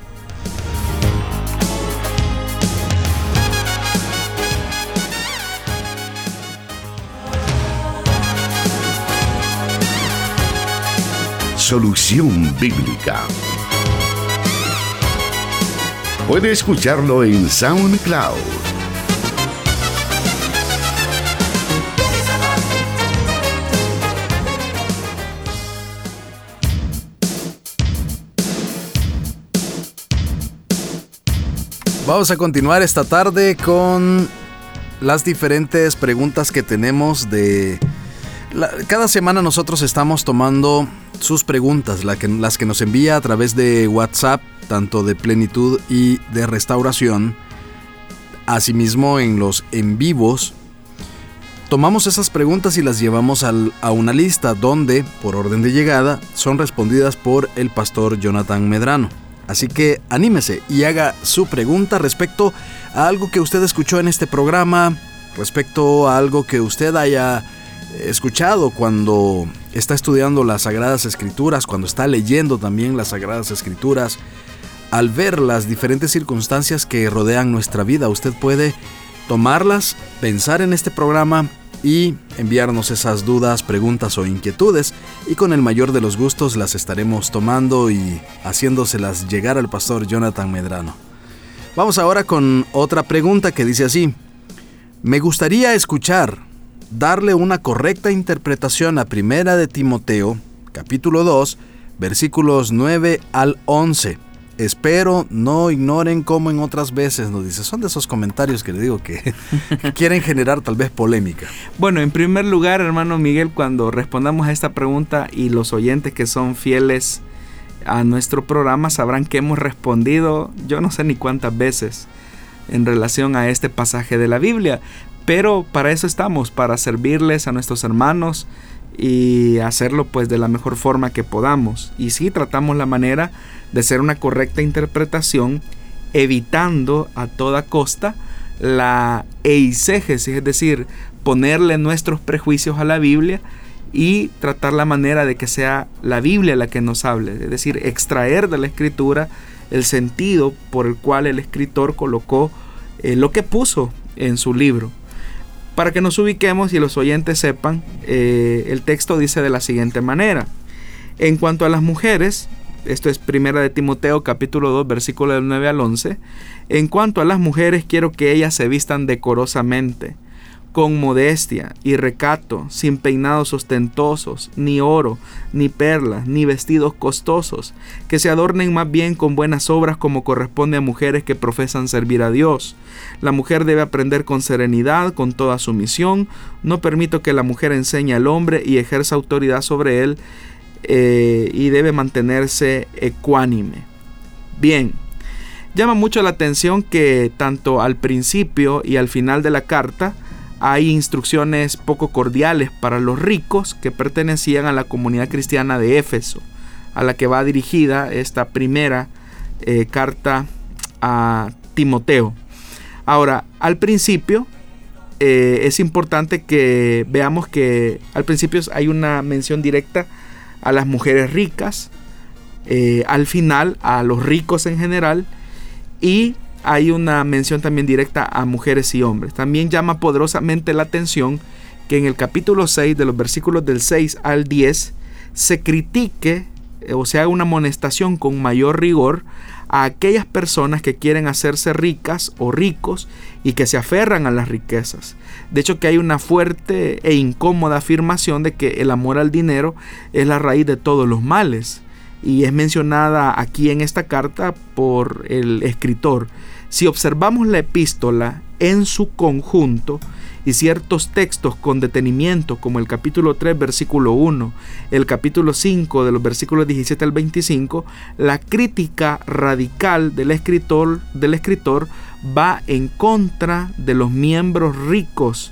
Solución Bíblica. Puede escucharlo en SoundCloud.
Vamos a continuar esta tarde con las diferentes preguntas que tenemos cada semana nosotros estamos tomando sus preguntas, las que nos envía a través de WhatsApp, tanto de Plenitud y de Restauración. Asimismo, en los en vivos, tomamos esas preguntas y las llevamos a una lista donde, por orden de llegada, son respondidas por el pastor Jonathan Medrano. Así que anímese y haga su pregunta respecto a algo que usted escuchó en este programa, respecto a algo que usted haya escuchado cuando está estudiando las Sagradas Escrituras, cuando está leyendo también las Sagradas Escrituras. Al ver las diferentes circunstancias que rodean nuestra vida, usted puede tomarlas, pensar en este programa y enviarnos esas dudas, preguntas o inquietudes, y con el mayor de los gustos las estaremos tomando y haciéndoselas llegar al pastor Jonathan Medrano. Vamos ahora con otra pregunta que dice así: me gustaría darle una correcta interpretación a Primera de Timoteo, capítulo 2, versículos 9 al 11. Espero no ignoren como en otras veces, nos dice. Son de esos comentarios que le digo que quieren generar tal vez polémica.
Bueno, en primer lugar, hermano Miguel, cuando respondamos a esta pregunta, y los oyentes que son fieles a nuestro programa sabrán que hemos respondido yo no sé ni cuántas veces en relación a este pasaje de la Biblia. Pero para eso estamos, para servirles a nuestros hermanos y hacerlo pues de la mejor forma que podamos. Y sí, tratamos la manera de hacer una correcta interpretación, evitando a toda costa la eisegesis, es decir, ponerle nuestros prejuicios a la Biblia y tratar la manera de que sea la Biblia la que nos hable, es decir, extraer de la Escritura el sentido por el cual el escritor colocó lo que puso en su libro. Para que nos ubiquemos y los oyentes sepan, el texto dice de la siguiente manera: en cuanto a las mujeres, esto es Primera de Timoteo capítulo 2 versículo del 9 al 11, en cuanto a las mujeres quiero que ellas se vistan decorosamente, con modestia y recato, sin peinados ostentosos, ni oro, ni perlas, ni vestidos costosos, que se adornen más bien con buenas obras como corresponde a mujeres que profesan servir a Dios. La mujer debe aprender con serenidad, con toda sumisión. No permito que la mujer enseñe al hombre y ejerza autoridad sobre él, y debe mantenerse ecuánime. Bien, llama mucho la atención que tanto al principio y al final de la carta hay instrucciones poco cordiales para los ricos que pertenecían a la comunidad cristiana de Éfeso, a la que va dirigida esta primera carta Timoteo. Ahora, al principio es importante que veamos que al principio hay una mención directa a las mujeres ricas, al final a los ricos en general, y hay una mención también directa a mujeres y hombres. También llama poderosamente la atención que en el capítulo 6, de los versículos del 6 al 10, se critique o se haga una amonestación con mayor rigor a aquellas personas que quieren hacerse ricas o ricos y que se aferran a las riquezas. De hecho, que hay una fuerte e incómoda afirmación de que el amor al dinero es la raíz de todos los males, y es mencionada aquí en esta carta por el escritor. Si observamos la epístola en su conjunto y ciertos textos con detenimiento, como el capítulo 3, versículo 1, el capítulo 5, de los versículos 17 al 25, la crítica radical del escritor va en contra de los miembros ricos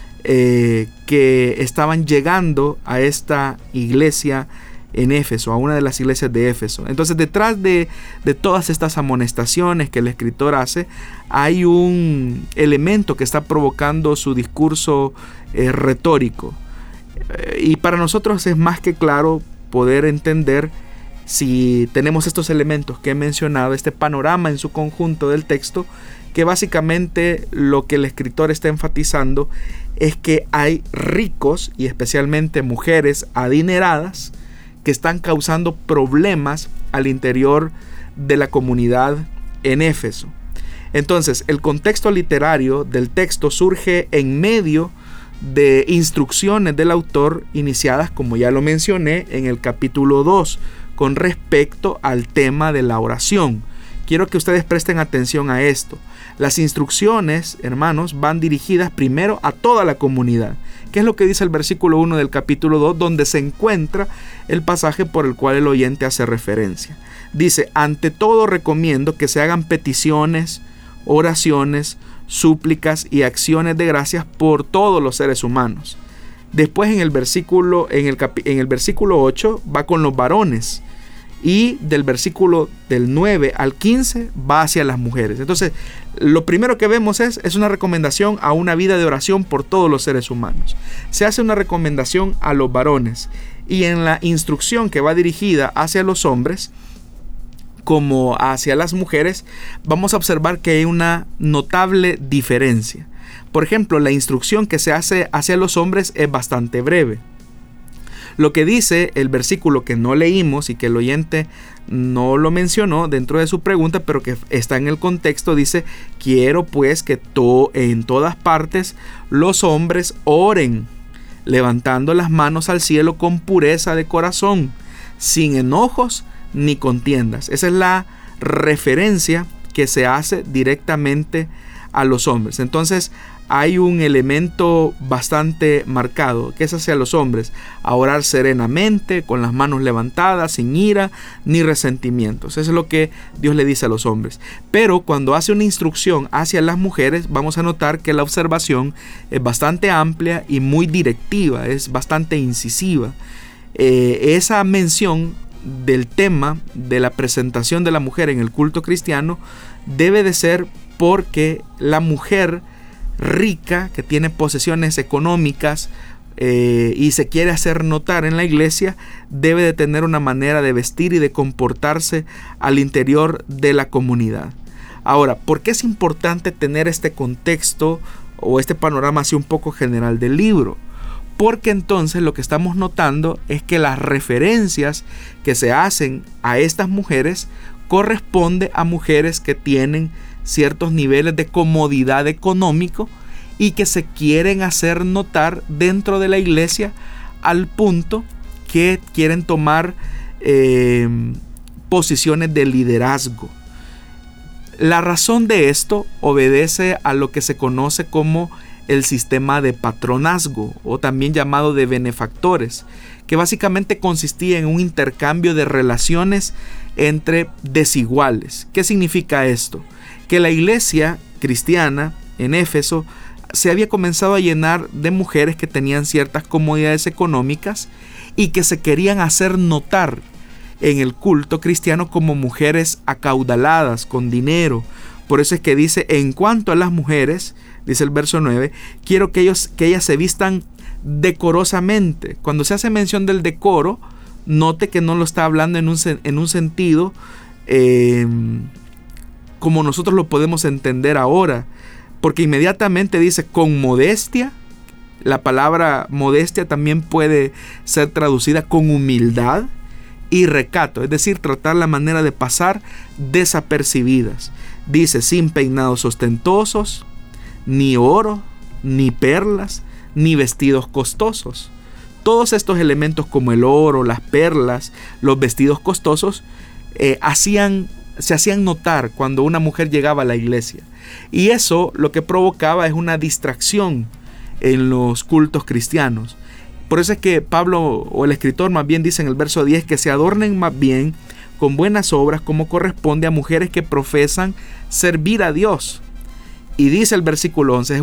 que estaban llegando a esta iglesia en Éfeso, a una de las iglesias de Éfeso. Entonces, detrás de todas estas amonestaciones que el escritor hace, hay un elemento que está provocando su discurso retórico. Y para nosotros es más que claro poder entender, si tenemos estos elementos que he mencionado, este panorama en su conjunto del texto, que básicamente lo que el escritor está enfatizando es que hay ricos, y especialmente mujeres adineradas, que están causando problemas al interior de la comunidad en Éfeso. Entonces, el contexto literario del texto surge en medio de instrucciones del autor iniciadas, como ya lo mencioné, en el capítulo 2, con respecto al tema de la oración. Quiero que ustedes presten atención a esto. Las instrucciones, hermanos, van dirigidas primero a toda la comunidad. ¿Qué es lo que dice el versículo 1 del capítulo 2, donde se encuentra el pasaje por el cual el oyente hace referencia? Dice: ante todo recomiendo que se hagan peticiones, oraciones, súplicas y acciones de gracias por todos los seres humanos. Después en el versículo 8 va con los varones, y del versículo del 9 al 15 va hacia las mujeres. Entonces, lo primero que vemos es una recomendación a una vida de oración por todos los seres humanos. Se hace una recomendación a los varones, y en la instrucción que va dirigida hacia los hombres como hacia las mujeres, vamos a observar que hay una notable diferencia. Por ejemplo, la instrucción que se hace hacia los hombres es bastante breve. Lo que dice el versículo que no leímos y que el oyente no lo mencionó dentro de su pregunta, pero que está en el contexto, dice: quiero pues que en todas partes los hombres oren, levantando las manos al cielo con pureza de corazón, sin enojos ni contiendas. Esa es la referencia que se hace directamente a los hombres. Entonces, hay un elemento bastante marcado, que es hacia los hombres: a orar serenamente, con las manos levantadas, sin ira ni resentimientos. Eso es lo que Dios le dice a los hombres. Pero cuando hace una instrucción hacia las mujeres, vamos a notar que la observación es bastante amplia y muy directiva, es bastante incisiva. Esa mención del tema de la presentación de la mujer en el culto cristiano debe de ser porque la mujer rica, que tiene posesiones económicas y se quiere hacer notar en la iglesia, debe de tener una manera de vestir y de comportarse al interior de la comunidad. Ahora, ¿por qué es importante tener este contexto o este panorama así un poco general del libro? Porque entonces lo que estamos notando es que las referencias que se hacen a estas mujeres corresponde a mujeres que tienen ciertos niveles de comodidad económico y que se quieren hacer notar dentro de la iglesia, al punto que quieren tomar posiciones de liderazgo. La razón de esto obedece a lo que se conoce como el sistema de patronazgo, o también llamado de benefactores, que básicamente consistía en un intercambio de relaciones entre desiguales. ¿Qué significa esto? Que la iglesia cristiana en Éfeso se había comenzado a llenar de mujeres que tenían ciertas comodidades económicas y que se querían hacer notar en el culto cristiano como mujeres acaudaladas, con dinero, Por eso es que dice, en cuanto a las mujeres, dice el verso 9, quiero que ellas se vistan decorosamente. Cuando se hace mención del decoro, note que no lo está hablando en un sentido como nosotros lo podemos entender ahora, porque inmediatamente dice con modestia. La palabra modestia también puede ser traducida con humildad y recato, es decir, tratar la manera de pasar desapercibidas. Dice, sin peinados ostentosos, ni oro, ni perlas, ni vestidos costosos. Todos estos elementos como el oro, las perlas, los vestidos costosos, se hacían notar cuando una mujer llegaba a la iglesia. Y eso lo que provocaba es una distracción en los cultos cristianos. Por eso es que Pablo, o el escritor más bien, dice en el verso 10 que se adornen más bien con buenas obras como corresponde a mujeres que profesan servir a Dios. Y dice el versículo 11,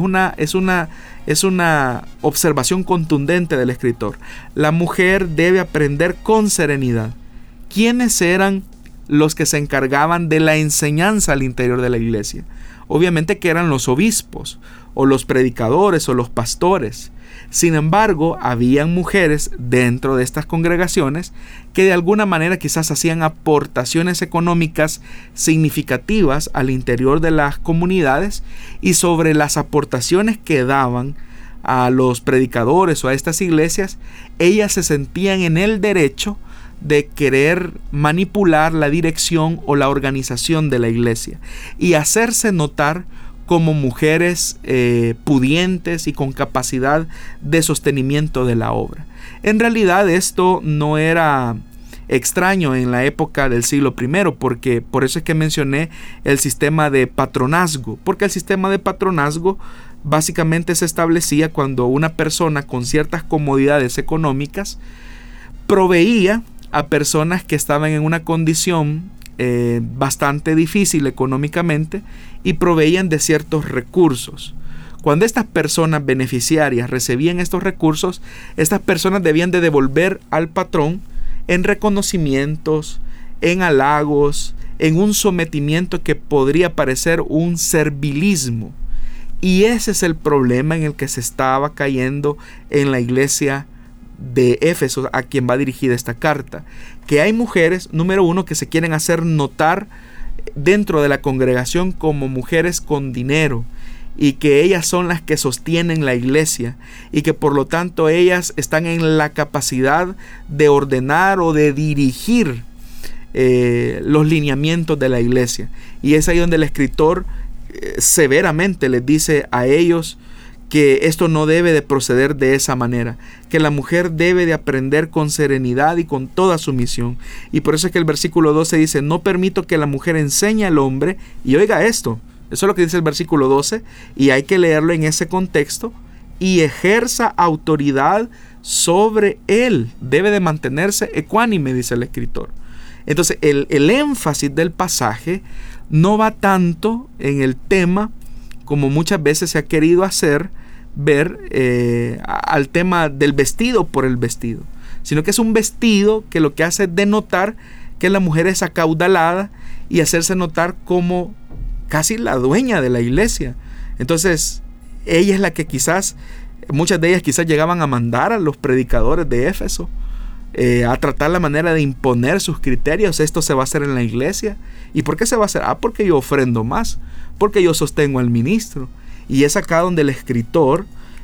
es una observación contundente del escritor. La mujer debe aprender con serenidad. ¿Quiénes eran los que se encargaban de la enseñanza al interior de la iglesia? Obviamente que eran los obispos, o los predicadores, o los pastores. Sin embargo, habían mujeres dentro de estas congregaciones que de alguna manera quizás hacían aportaciones económicas significativas al interior de las comunidades, y sobre las aportaciones que daban a los predicadores o a estas iglesias, ellas se sentían en el derecho de querer manipular la dirección o la organización de la iglesia y hacerse notar como mujeres pudientes y con capacidad de sostenimiento de la obra. En realidad esto no era extraño en la época del siglo I, porque por eso es que mencioné el sistema de patronazgo, porque el sistema de patronazgo básicamente se establecía cuando una persona con ciertas comodidades económicas proveía a personas que estaban en una condición bastante difícil económicamente y proveían de ciertos recursos. Cuando estas personas beneficiarias recibían estos recursos, estas personas debían de devolver al patrón en reconocimientos, en halagos, en un sometimiento que podría parecer un servilismo. Y ese es el problema en el que se estaba cayendo en la iglesia de Éfeso, a quien va dirigida esta carta, que hay mujeres, número uno, que se quieren hacer notar dentro de la congregación como mujeres con dinero, y que ellas son las que sostienen la iglesia, y que por lo tanto ellas están en la capacidad de ordenar o de dirigir los lineamientos de la iglesia. Y es ahí donde el escritor severamente les dice a ellos que esto no debe de proceder de esa manera, que la mujer debe de aprender con serenidad y con toda sumisión. Y por eso es que el versículo 12 dice, no permito que la mujer enseñe al hombre, y oiga esto, eso es lo que dice el versículo 12, y hay que leerlo en ese contexto, y ejerza autoridad sobre él, debe de mantenerse ecuánime, dice el escritor. Entonces el énfasis del pasaje no va tanto en el tema como muchas veces se ha querido hacer ver al tema del vestido por el vestido, sino que es un vestido que lo que hace es denotar que la mujer es acaudalada y hacerse notar como casi la dueña de la iglesia. Entonces ella es la que muchas de ellas quizás llegaban a mandar a los predicadores de Éfeso, a tratar la manera de imponer sus criterios. Esto se va a hacer en la iglesia. ¿Y por qué se va a hacer? Porque yo ofrendo más, porque yo sostengo al ministro. Y es acá donde el escritor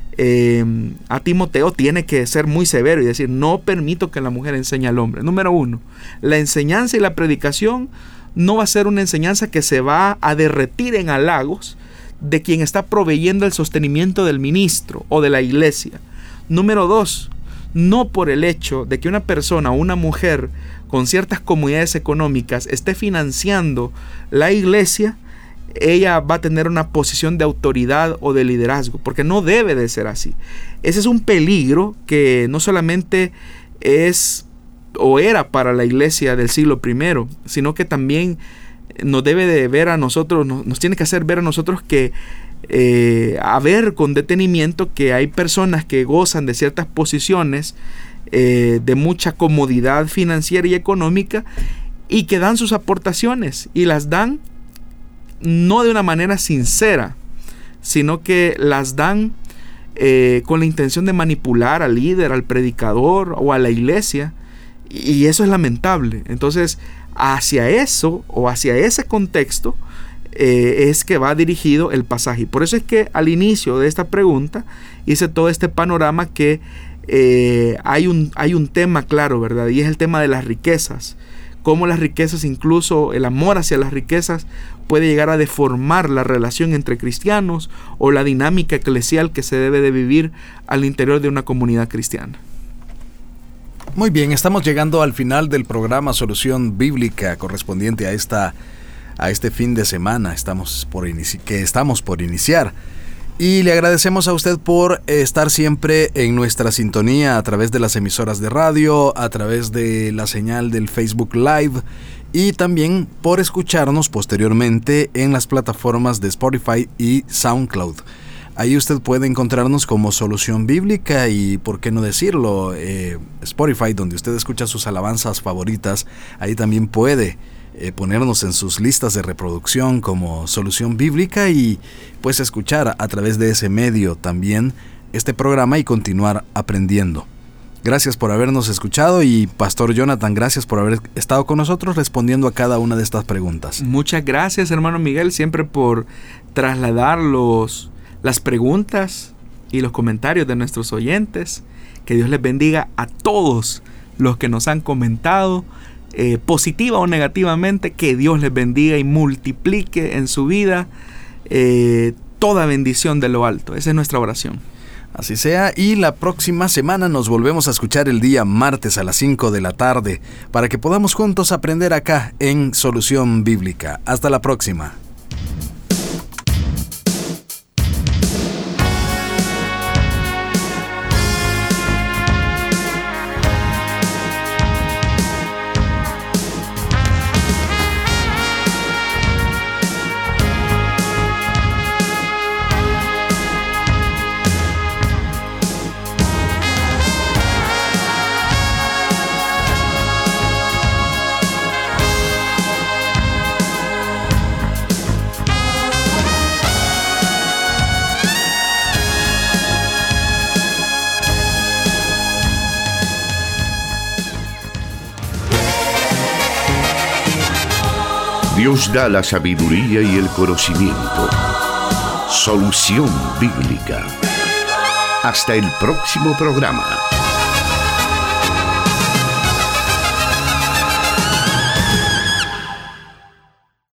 a Timoteo tiene que ser muy severo y decir, no permito que la mujer enseñe al hombre. Número uno, la enseñanza y la predicación no va a ser una enseñanza que se va a derretir en halagos de quien está proveyendo el sostenimiento del ministro o de la iglesia. Número dos, no por el hecho de que una persona o una mujer con ciertas comodidades económicas esté financiando la iglesia, ella va a tener una posición de autoridad o de liderazgo, porque no debe de ser así. Ese es un peligro que no solamente es o era para la iglesia del siglo I, sino que también nos debe de ver a nosotros, nos tiene que hacer ver a nosotros que a ver con detenimiento que hay personas que gozan de ciertas posiciones de mucha comodidad financiera y económica, y que dan sus aportaciones y las dan no de una manera sincera, sino que las dan con la intención de manipular al líder, al predicador o a la iglesia, y eso es lamentable. Entonces, hacia eso o hacia ese contexto es que va dirigido el pasaje. Y por eso es que al inicio de esta pregunta hice todo este panorama que hay un tema claro, ¿verdad? Y es el tema de las riquezas. Cómo las riquezas, incluso el amor hacia las riquezas, puede llegar a deformar la relación entre cristianos o la dinámica eclesial que se debe de vivir al interior de una comunidad cristiana.
Muy bien, estamos llegando al final del programa Solución Bíblica correspondiente a este fin de semana. Estamos por iniciar. Y le agradecemos a usted por estar siempre en nuestra sintonía a través de las emisoras de radio, a través de la señal del Facebook Live y también por escucharnos posteriormente en las plataformas de Spotify y SoundCloud. Ahí usted puede encontrarnos como Solución Bíblica y, por qué no decirlo, Spotify, donde usted escucha sus alabanzas favoritas. Ahí también puede ponernos en sus listas de reproducción como Solución Bíblica y pues escuchar a través de ese medio también este programa y continuar aprendiendo. Gracias por habernos escuchado y Pastor Jonathan, gracias por haber estado con nosotros respondiendo a cada una de estas preguntas.
Muchas gracias, hermano Miguel, siempre por trasladar las preguntas y los comentarios de nuestros oyentes. Que Dios les bendiga a todos los que nos han comentado, positiva o negativamente. Que Dios les bendiga y multiplique en su vida toda bendición de lo alto. Esa es nuestra oración.
Así sea, y la próxima semana nos volvemos a escuchar el día martes a las 5 de la tarde para que podamos juntos aprender acá en Solución Bíblica. Hasta la próxima.
Dios da la sabiduría y el conocimiento. Solución Bíblica. Hasta el próximo programa.